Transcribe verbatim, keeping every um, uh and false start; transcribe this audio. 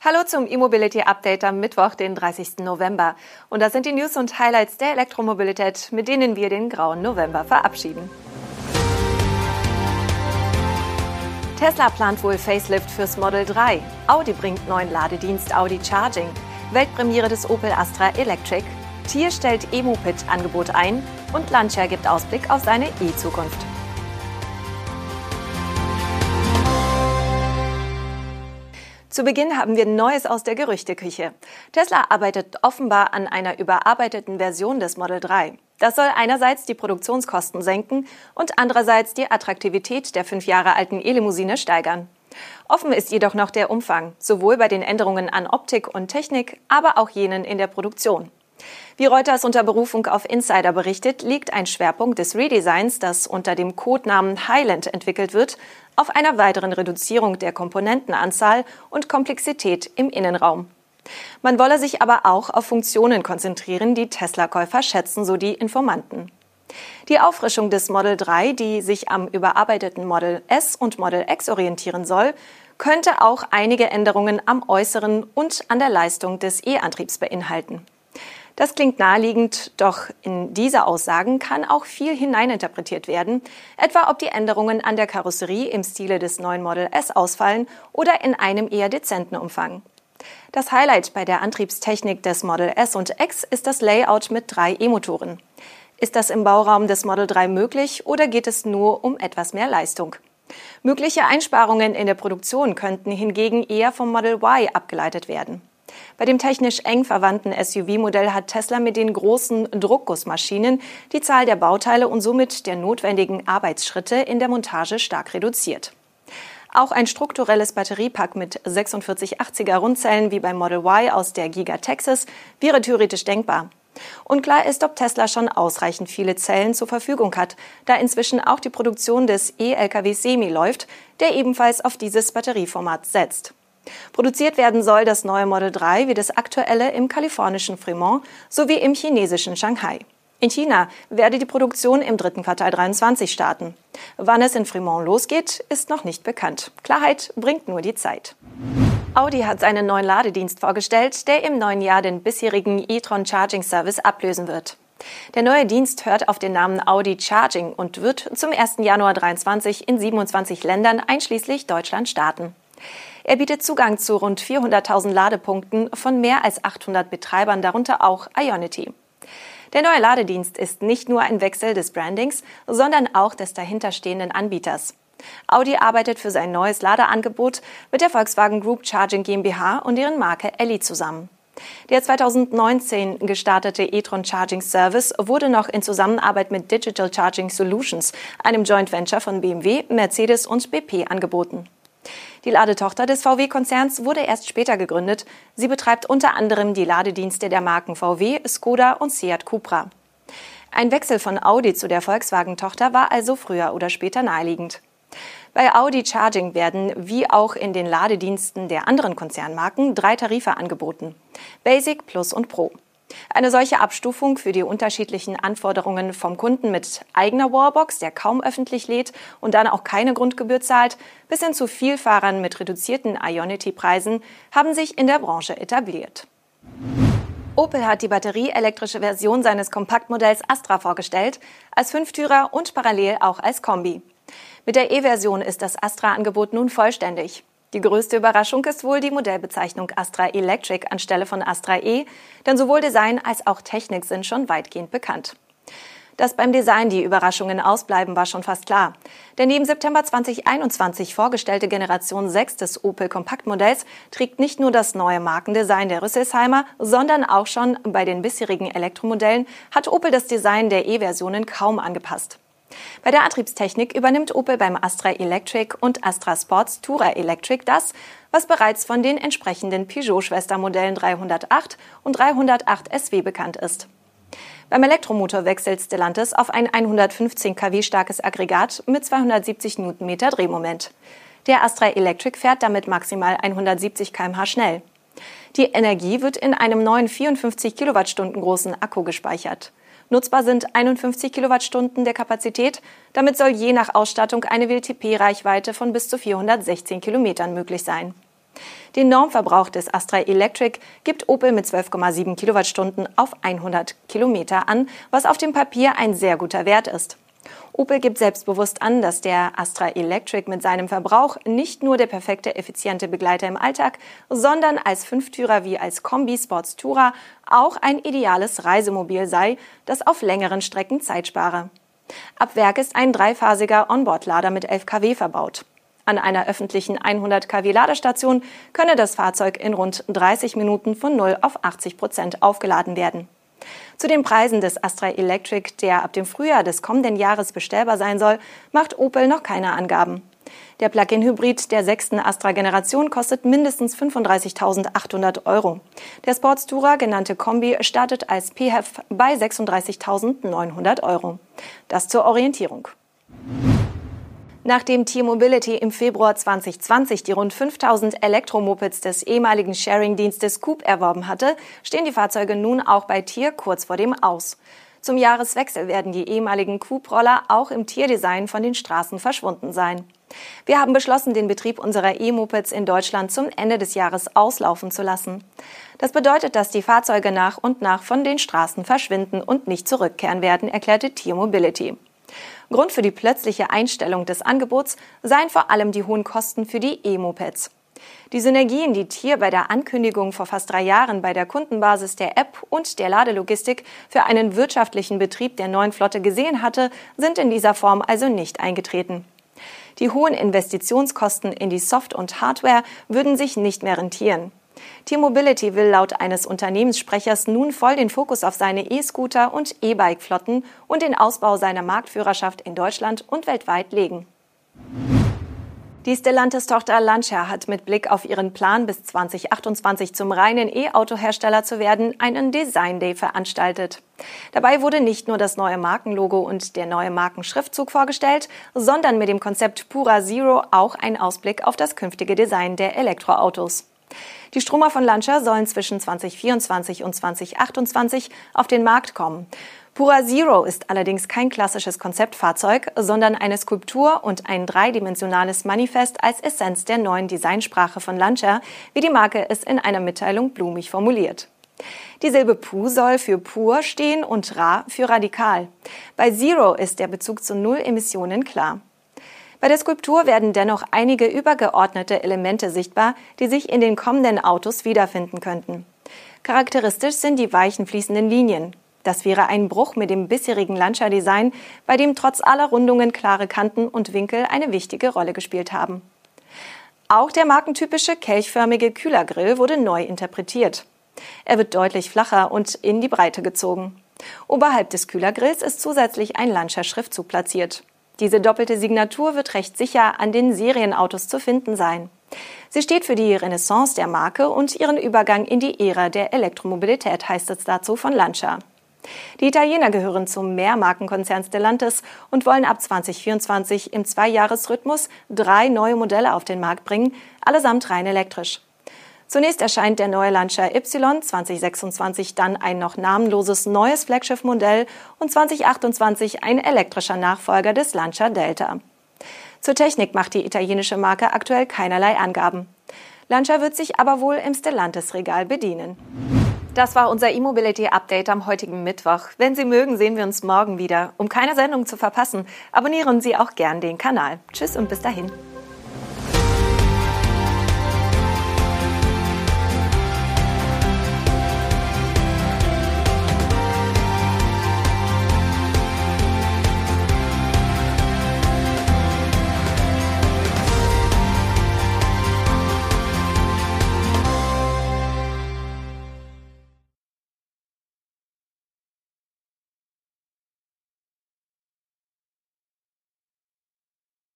Hallo zum E-Mobility Update am Mittwoch, den dreißigsten November. Und das sind die News und Highlights der Elektromobilität, mit denen wir den grauen November verabschieden. Tesla plant wohl Facelift fürs Model drei. Audi bringt neuen Ladedienst Audi Charging. Weltpremiere des Opel Astra Electric. Tier stellt E-Moped-Angebot ein. Und Lancia gibt Ausblick auf seine E-Zukunft. Zu Beginn haben wir Neues aus der Gerüchteküche. Tesla arbeitet offenbar an einer überarbeiteten Version des Model drei. Das soll einerseits die Produktionskosten senken und andererseits die Attraktivität der fünf Jahre alten E-Limousine steigern. Offen ist jedoch noch der Umfang, sowohl bei den Änderungen an Optik und Technik, aber auch jenen in der Produktion. Wie Reuters unter Berufung auf Insider berichtet, liegt ein Schwerpunkt des Redesigns, das unter dem Codenamen Highland entwickelt wird, auf einer weiteren Reduzierung der Komponentenanzahl und Komplexität im Innenraum. Man wolle sich aber auch auf Funktionen konzentrieren, die Tesla-Käufer schätzen, so die Informanten. Die Auffrischung des Model drei, die sich am überarbeiteten Model S und Model X orientieren soll, könnte auch einige Änderungen am Äußeren und an der Leistung des E-Antriebs beinhalten. Das klingt naheliegend, doch in diese Aussagen kann auch viel hineininterpretiert werden, etwa ob die Änderungen an der Karosserie im Stile des neuen Model S ausfallen oder in einem eher dezenten Umfang. Das Highlight bei der Antriebstechnik des Model S und X ist das Layout mit drei E-Motoren. Ist das im Bauraum des Model drei möglich oder geht es nur um etwas mehr Leistung? Mögliche Einsparungen in der Produktion könnten hingegen eher vom Model Y abgeleitet werden. Bei dem technisch eng verwandten S U V-Modell hat Tesla mit den großen Druckgussmaschinen die Zahl der Bauteile und somit der notwendigen Arbeitsschritte in der Montage stark reduziert. Auch ein strukturelles Batteriepack mit sechsundvierzig achtziger Rundzellen wie beim Model Y aus der Giga Texas wäre theoretisch denkbar. Unklar ist, ob Tesla schon ausreichend viele Zellen zur Verfügung hat, da inzwischen auch die Produktion des E-L K W Semi läuft, der ebenfalls auf dieses Batterieformat setzt. Produziert werden soll das neue Model drei wie das aktuelle im kalifornischen Fremont sowie im chinesischen Shanghai. In China werde die Produktion im dritten Quartal dreiundzwanzig starten. Wann es in Fremont losgeht, ist noch nicht bekannt. Klarheit bringt nur die Zeit. Audi hat seinen neuen Ladedienst vorgestellt, der im neuen Jahr den bisherigen e-tron Charging Service ablösen wird. Der neue Dienst hört auf den Namen Audi Charging und wird zum ersten Januar dreiundzwanzig in siebenundzwanzig Ländern einschließlich Deutschland starten. Er bietet Zugang zu rund vierhunderttausend Ladepunkten von mehr als achthundert Betreibern, darunter auch Ionity. Der neue Ladedienst ist nicht nur ein Wechsel des Brandings, sondern auch des dahinterstehenden Anbieters. Audi arbeitet für sein neues Ladeangebot mit der Volkswagen Group Charging GmbH und deren Marke Elli zusammen. Der zweitausendneunzehn gestartete e-tron Charging Service wurde noch in Zusammenarbeit mit Digital Charging Solutions, einem Joint Venture von B M W, Mercedes und B P, angeboten. Die Ladetochter des V W-Konzerns wurde erst später gegründet. Sie betreibt unter anderem die Ladedienste der Marken V W, Skoda und Seat Cupra. Ein Wechsel von Audi zu der Volkswagen-Tochter war also früher oder später naheliegend. Bei Audi Charging werden, wie auch in den Ladediensten der anderen Konzernmarken, drei Tarife angeboten: Basic, Plus und Pro. Eine solche Abstufung für die unterschiedlichen Anforderungen vom Kunden mit eigener Wallbox, der kaum öffentlich lädt und dann auch keine Grundgebühr zahlt, bis hin zu Vielfahrern mit reduzierten Ionity-Preisen haben sich in der Branche etabliert. Opel hat die batterieelektrische Version seines Kompaktmodells Astra vorgestellt, als Fünftürer und parallel auch als Kombi. Mit der E-Version ist das Astra-Angebot nun vollständig. Die größte Überraschung ist wohl die Modellbezeichnung Astra Electric anstelle von Astra E, denn sowohl Design als auch Technik sind schon weitgehend bekannt. Dass beim Design die Überraschungen ausbleiben, war schon fast klar. Denn die im September zweitausendeinundzwanzig vorgestellte Generation sechs des Opel Kompaktmodells trägt nicht nur das neue Markendesign der Rüsselsheimer, sondern auch schon bei den bisherigen Elektromodellen hat Opel das Design der E-Versionen kaum angepasst. Bei der Antriebstechnik übernimmt Opel beim Astra Electric und Astra Sports Tourer Electric das, was bereits von den entsprechenden Peugeot-Schwestermodellen dreihundertacht und dreihundertacht S W bekannt ist. Beim Elektromotor wechselt Stellantis auf ein hundertfünfzehn Kilowatt starkes Aggregat mit zweihundertsiebzig Newtonmeter Drehmoment. Der Astra Electric fährt damit maximal hundertsiebzig Kilometer pro Stunde schnell. Die Energie wird in einem neuen vierundfünfzig Kilowattstunden großen Akku gespeichert. Nutzbar sind einundfünfzig Kilowattstunden der Kapazität. Damit soll je nach Ausstattung eine W L T P-Reichweite von bis zu vierhundertsechzehn Kilometern möglich sein. Den Normverbrauch des Astra Electric gibt Opel mit zwölf Komma sieben Kilowattstunden auf hundert Kilometer an, was auf dem Papier ein sehr guter Wert ist. Opel gibt selbstbewusst an, dass der Astra Electric mit seinem Verbrauch nicht nur der perfekte, effiziente Begleiter im Alltag, sondern als Fünftürer wie als Kombi Sports Tourer auch ein ideales Reisemobil sei, das auf längeren Strecken Zeit spare. Ab Werk ist ein dreiphasiger Onboard-Lader mit elf Kilowatt verbaut. An einer öffentlichen hundert Kilowatt Ladestation könne das Fahrzeug in rund dreißig Minuten von null auf achtzig Prozent aufgeladen werden. Zu den Preisen des Astra Electric, der ab dem Frühjahr des kommenden Jahres bestellbar sein soll, macht Opel noch keine Angaben. Der Plug-in-Hybrid der sechsten Astra-Generation kostet mindestens fünfunddreißigtausendachthundert Euro. Der Sports Tourer, genannte Kombi, startet als P H E V bei sechsunddreißigtausendneunhundert Euro. Das zur Orientierung. Nachdem Tier Mobility im Februar zwanzig zwanzig die rund fünftausend Elektromopeds des ehemaligen Sharing-Dienstes Coop erworben hatte, stehen die Fahrzeuge nun auch bei Tier kurz vor dem Aus. Zum Jahreswechsel werden die ehemaligen Coop-Roller auch im Tierdesign von den Straßen verschwunden sein. Wir haben beschlossen, den Betrieb unserer E-Mopeds in Deutschland zum Ende des Jahres auslaufen zu lassen. Das bedeutet, dass die Fahrzeuge nach und nach von den Straßen verschwinden und nicht zurückkehren werden, erklärte Tier Mobility. Grund für die plötzliche Einstellung des Angebots seien vor allem die hohen Kosten für die E-Mopeds. Die Synergien, die Tier bei der Ankündigung vor fast drei Jahren bei der Kundenbasis der App und der Ladelogistik für einen wirtschaftlichen Betrieb der neuen Flotte gesehen hatte, sind in dieser Form also nicht eingetreten. Die hohen Investitionskosten in die Soft- und Hardware würden sich nicht mehr rentieren. Tier Mobility will laut eines Unternehmenssprechers nun voll den Fokus auf seine E-Scooter- und E-Bike-Flotten und den Ausbau seiner Marktführerschaft in Deutschland und weltweit legen. Die Stellantis-Tochter Lancia hat mit Blick auf ihren Plan, bis zwanzig achtundzwanzig zum reinen E-Auto-Hersteller zu werden, einen Design Day veranstaltet. Dabei wurde nicht nur das neue Markenlogo und der neue Markenschriftzug vorgestellt, sondern mit dem Konzept Pura Zero auch ein Ausblick auf das künftige Design der Elektroautos. Die Stromer von Lancia sollen zwischen zwanzig vierundzwanzig und zwanzig achtundzwanzig auf den Markt kommen. Pura Zero ist allerdings kein klassisches Konzeptfahrzeug, sondern eine Skulptur und ein dreidimensionales Manifest als Essenz der neuen Designsprache von Lancia, wie die Marke es in einer Mitteilung blumig formuliert. Die Silbe Pu soll für pur stehen und Ra für radikal. Bei Zero ist der Bezug zu Null Emissionen klar. Bei der Skulptur werden dennoch einige übergeordnete Elemente sichtbar, die sich in den kommenden Autos wiederfinden könnten. Charakteristisch sind die weichen fließenden Linien. Das wäre ein Bruch mit dem bisherigen Lancia-Design, bei dem trotz aller Rundungen klare Kanten und Winkel eine wichtige Rolle gespielt haben. Auch der markentypische kelchförmige Kühlergrill wurde neu interpretiert. Er wird deutlich flacher und in die Breite gezogen. Oberhalb des Kühlergrills ist zusätzlich ein Lancia-Schriftzug platziert. Diese doppelte Signatur wird recht sicher an den Serienautos zu finden sein. Sie steht für die Renaissance der Marke und ihren Übergang in die Ära der Elektromobilität, heißt es dazu von Lancia. Die Italiener gehören zum Mehrmarkenkonzern Stellantis und wollen ab zwanzig vierundzwanzig im Zweijahresrhythmus drei neue Modelle auf den Markt bringen, allesamt rein elektrisch. Zunächst erscheint der neue Lancia Y, zwanzig sechsundzwanzig dann ein noch namenloses neues Flaggschiff-Modell und zwanzig achtundzwanzig ein elektrischer Nachfolger des Lancia Delta. Zur Technik macht die italienische Marke aktuell keinerlei Angaben. Lancia wird sich aber wohl im Stellantis-Regal bedienen. Das war unser E-Mobility-Update am heutigen Mittwoch. Wenn Sie mögen, sehen wir uns morgen wieder. Um keine Sendung zu verpassen, abonnieren Sie auch gern den Kanal. Tschüss und bis dahin.